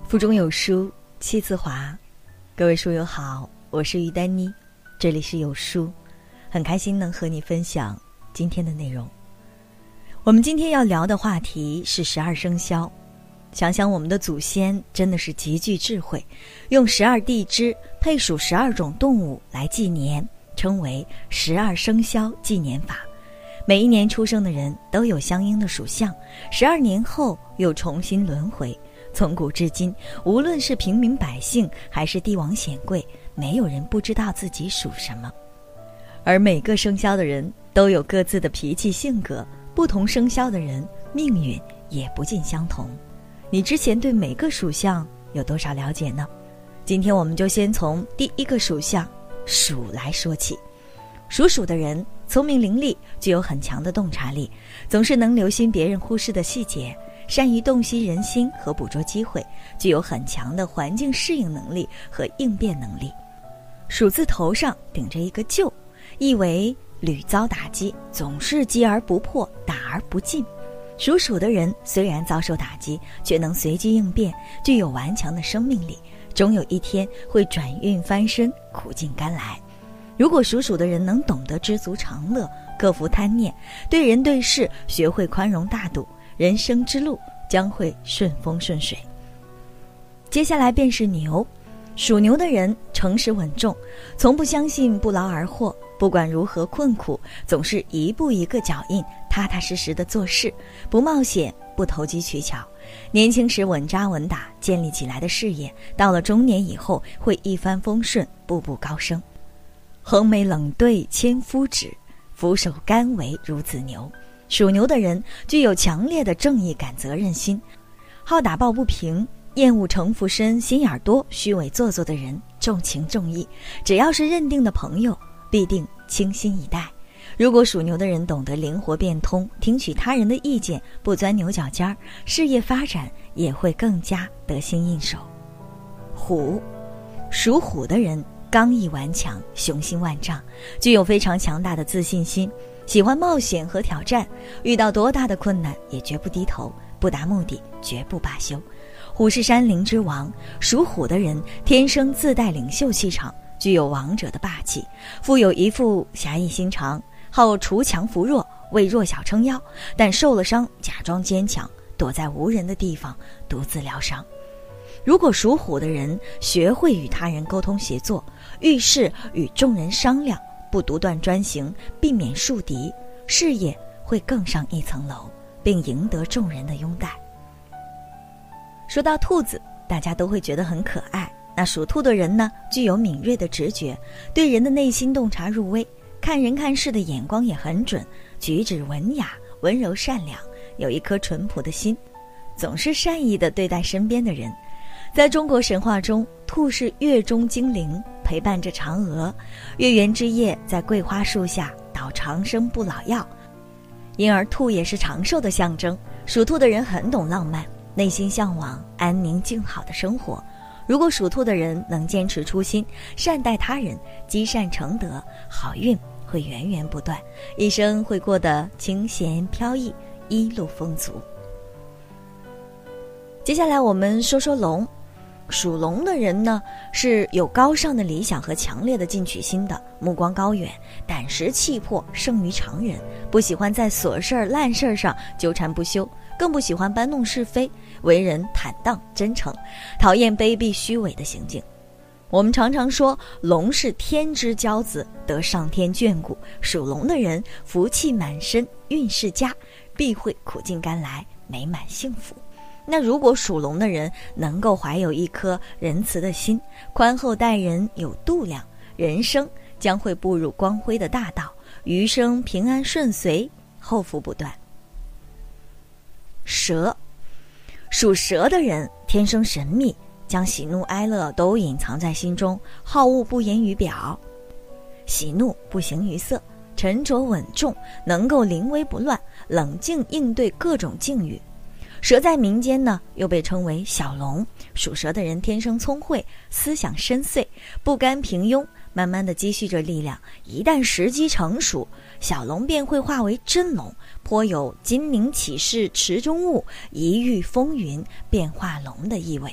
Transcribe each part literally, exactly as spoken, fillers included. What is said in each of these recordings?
腹中有书气自华，各位书友好，我是于丹妮，这里是有书，很开心能和你分享今天的内容。我们今天要聊的话题是十二生肖。想想我们的祖先真的是极具智慧，用十二地支配属十二种动物来纪年，称为十二生肖纪年法。每一年出生的人都有相应的属相，十二年后又重新轮回。从古至今，无论是平民百姓还是帝王显贵，没有人不知道自己属什么。而每个生肖的人都有各自的脾气性格，不同生肖的人命运也不尽相同。你之前对每个属相有多少了解呢？今天我们就先从第一个属相鼠来说起。属鼠的人聪明伶俐，具有很强的洞察力，总是能留心别人忽视的细节，善于洞悉人心和捕捉机会，具有很强的环境适应能力和应变能力。鼠字头上顶着一个咎，意为屡遭打击，总是击而不破，打而不进。属鼠的人虽然遭受打击，却能随机应变，具有顽强的生命力，终有一天会转运翻身，苦尽甘来。如果属鼠的人能懂得知足常乐，克服贪念，对人对事学会宽容大度，人生之路将会顺风顺水。接下来便是牛。属牛的人诚实稳重，从不相信不劳而获，不管如何困苦，总是一步一个脚印，踏踏实实地做事，不冒险，不投机取巧。年轻时稳扎稳打建立起来的事业，到了中年以后会一帆风顺，步步高升。横眉冷对千夫指，俯首甘为孺子牛。属牛的人具有强烈的正义感、责任心，好打抱不平，厌恶城府深、心眼多、虚伪做作的人，重情重义，只要是认定的朋友，必定倾心以待。如果属牛的人懂得灵活变通，听取他人的意见，不钻牛角尖儿，事业发展也会更加得心应手。虎。属虎的人刚毅顽强，雄心万丈，具有非常强大的自信心，喜欢冒险和挑战，遇到多大的困难也绝不低头，不达目的绝不罢休。虎是山林之王，属虎的人天生自带领袖气场，具有王者的霸气，富有一副侠义心肠，好锄强扶弱，为弱小撑腰，但受了伤假装坚强，躲在无人的地方独自疗伤。如果属虎的人学会与他人沟通协作，遇事与众人商量，不独断专行，避免树敌，事业会更上一层楼，并赢得众人的拥戴。说到兔子，大家都会觉得很可爱。那属兔的人呢，具有敏锐的直觉，对人的内心洞察入微，看人看事的眼光也很准，举止文雅，温柔善良，有一颗淳朴的心，总是善意地对待身边的人。在中国神话中，兔是月中精灵，陪伴着嫦娥，月圆之夜在桂花树下捣长生不老药，因而兔也是长寿的象征。属兔的人很懂浪漫，内心向往安宁静好的生活。如果属兔的人能坚持初心，善待他人，积善成德，好运会源源不断，一生会过得清闲飘逸，一路丰足。接下来我们说说龙。属龙的人呢，是有高尚的理想和强烈的进取心的，目光高远，胆识气魄胜于常人，不喜欢在琐事烂事上纠缠不休，更不喜欢搬弄是非，为人坦荡真诚，讨厌卑鄙虚伪的行径。我们常常说龙是天之骄子，得上天眷顾，属龙的人福气满身，运势佳，必会苦尽甘来，美满幸福。那如果属龙的人能够怀有一颗仁慈的心，宽厚待人，有度量，人生将会步入光辉的大道，余生平安顺遂，后福不断。蛇。属蛇的人天生神秘，将喜怒哀乐都隐藏在心中，好恶不言于表，喜怒不形于色，沉着稳重，能够临危不乱，冷静应对各种境遇。蛇在民间呢，又被称为小龙。属蛇的人天生聪慧，思想深邃，不甘平庸，慢慢地积蓄着力量。一旦时机成熟，小龙便会化为真龙，颇有金陵启示池中物，一遇风云变化龙的意味。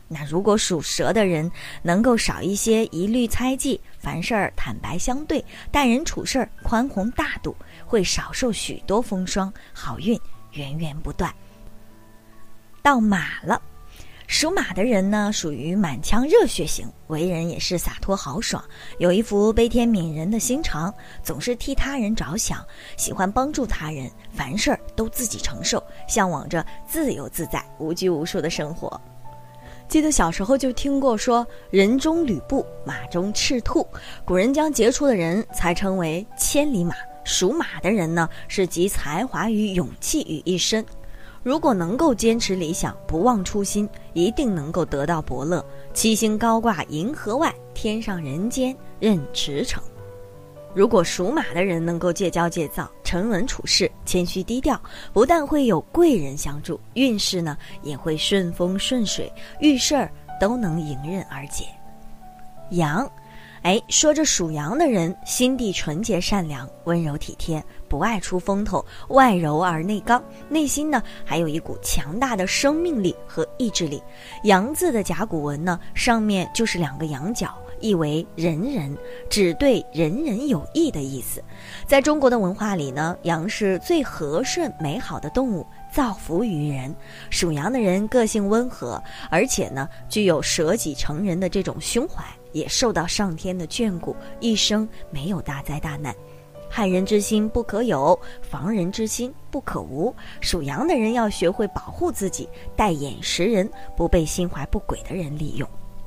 那如果属蛇的人能够少一些疑虑猜忌，凡事儿坦白相对，待人处事宽宏大度，会少受许多风霜，好运源源不断。到马了，属马的人呢，属于满腔热血型，为人也是洒脱豪爽，有一副悲天悯人的心肠，总是替他人着想，喜欢帮助他人，凡事都自己承受，向往着自由自在、无拘无束的生活。记得小时候就听过说，人中吕布，马中赤兔，古人将杰出的人才称为千里马。属马的人呢，是集才华与勇气于一身，如果能够坚持理想，不忘初心，一定能够得到伯乐，七星高挂银河外，天上人间任驰骋。如果属马的人能够戒骄戒躁，沉稳处事，谦虚低调，不但会有贵人相助，运势呢也会顺风顺水，遇事儿都能迎刃而解。羊，哎，说着属羊的人心地纯洁善良，温柔体贴，不爱出风头，外柔而内刚，内心呢还有一股强大的生命力和意志力。羊字的甲骨文呢，上面就是两个羊角，意为人人，只对人人有益的意思。在中国的文化里呢，羊是最和顺美好的动物，造福于人。属羊的人个性温和，而且呢具有舍己成人的这种胸怀，也受到上天的眷顾，一生没有大灾大难。害人之心不可有，防人之心不可无。属羊的人要学会保护自己，带眼识人，不被心怀不轨的人利用。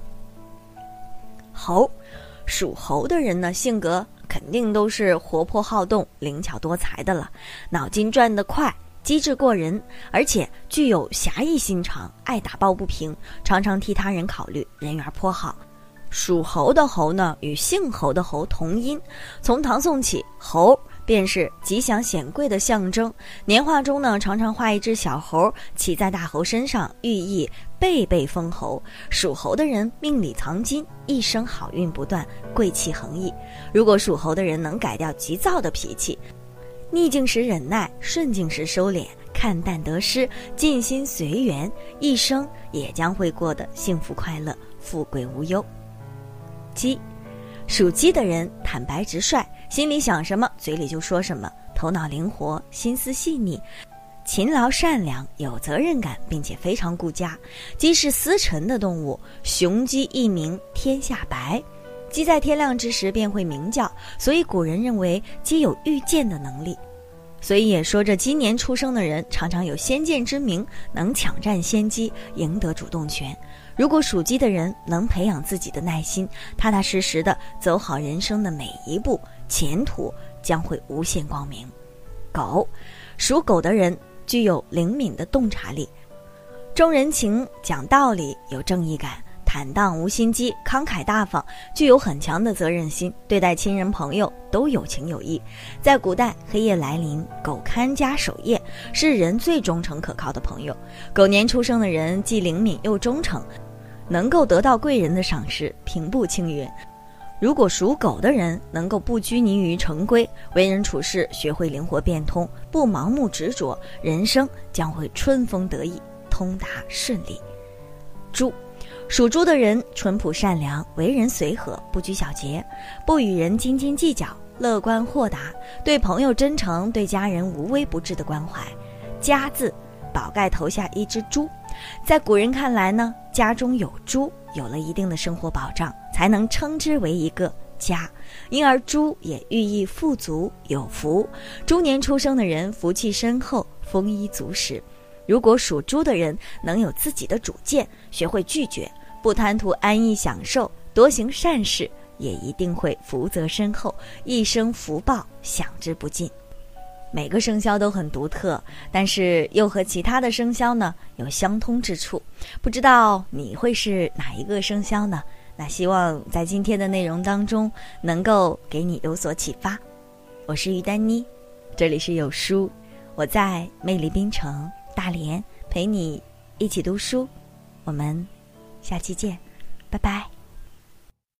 猴，属猴的人呢，性格肯定都是活泼好动、灵巧多才的了，脑筋转得快，机智过人，而且具有侠义心肠，爱打抱不平，常常替他人考虑，人缘颇好。属猴的猴呢，与姓侯的侯同音，从唐宋起，猴便是吉祥显贵的象征。年画中呢，常常画一只小猴骑在大猴身上，寓意辈辈封侯。属猴的人命里藏金，一生好运不断，贵气横溢。如果属猴的人能改掉急躁的脾气，逆境时忍耐，顺境时收敛，看淡得失，尽心随缘，一生也将会过得幸福快乐，富贵无忧。鸡，属鸡的人坦白直率，心里想什么嘴里就说什么，头脑灵活，心思细腻，勤劳善良，有责任感，并且非常顾家。鸡是司晨的动物，雄鸡一鸣天下白。鸡在天亮之时便会鸣叫，所以古人认为鸡有预见的能力，所以也说着鸡年出生的人常常有先见之明，能抢占先机，赢得主动权。如果属鸡的人能培养自己的耐心，踏踏实实地走好人生的每一步，前途将会无限光明。狗，属狗的人具有灵敏的洞察力，重人情，讲道理，有正义感，坦荡无心机，慷慨大方，具有很强的责任心，对待亲人朋友都有情有义。在古代，黑夜来临，狗看家守夜，是人最忠诚可靠的朋友。狗年出生的人既灵敏又忠诚，能够得到贵人的赏识，平步青云。如果属狗的人能够不拘泥于成规，为人处事学会灵活变通，不盲目执着，人生将会春风得意，通达顺利。猪，属猪的人淳朴善良，为人随和，不拘小节，不与人斤斤计较，乐观豁达，对朋友真诚，对家人无微不至的关怀。家字，宝盖头下一只猪，在古人看来呢，家中有猪，有了一定的生活保障，才能称之为一个家，因而猪也寓意富足有福。猪年出生的人福气深厚，丰衣足食。如果属猪的人能有自己的主见，学会拒绝，不贪图安逸享受，多行善事，也一定会福泽深厚，一生福报享之不尽。每个生肖都很独特，但是又和其他的生肖呢有相通之处。不知道你会是哪一个生肖呢？那希望在今天的内容当中能够给你有所启发。我是于丹妮，这里是有书，我在魅力槟城大连陪你一起读书，我们下期见，拜拜。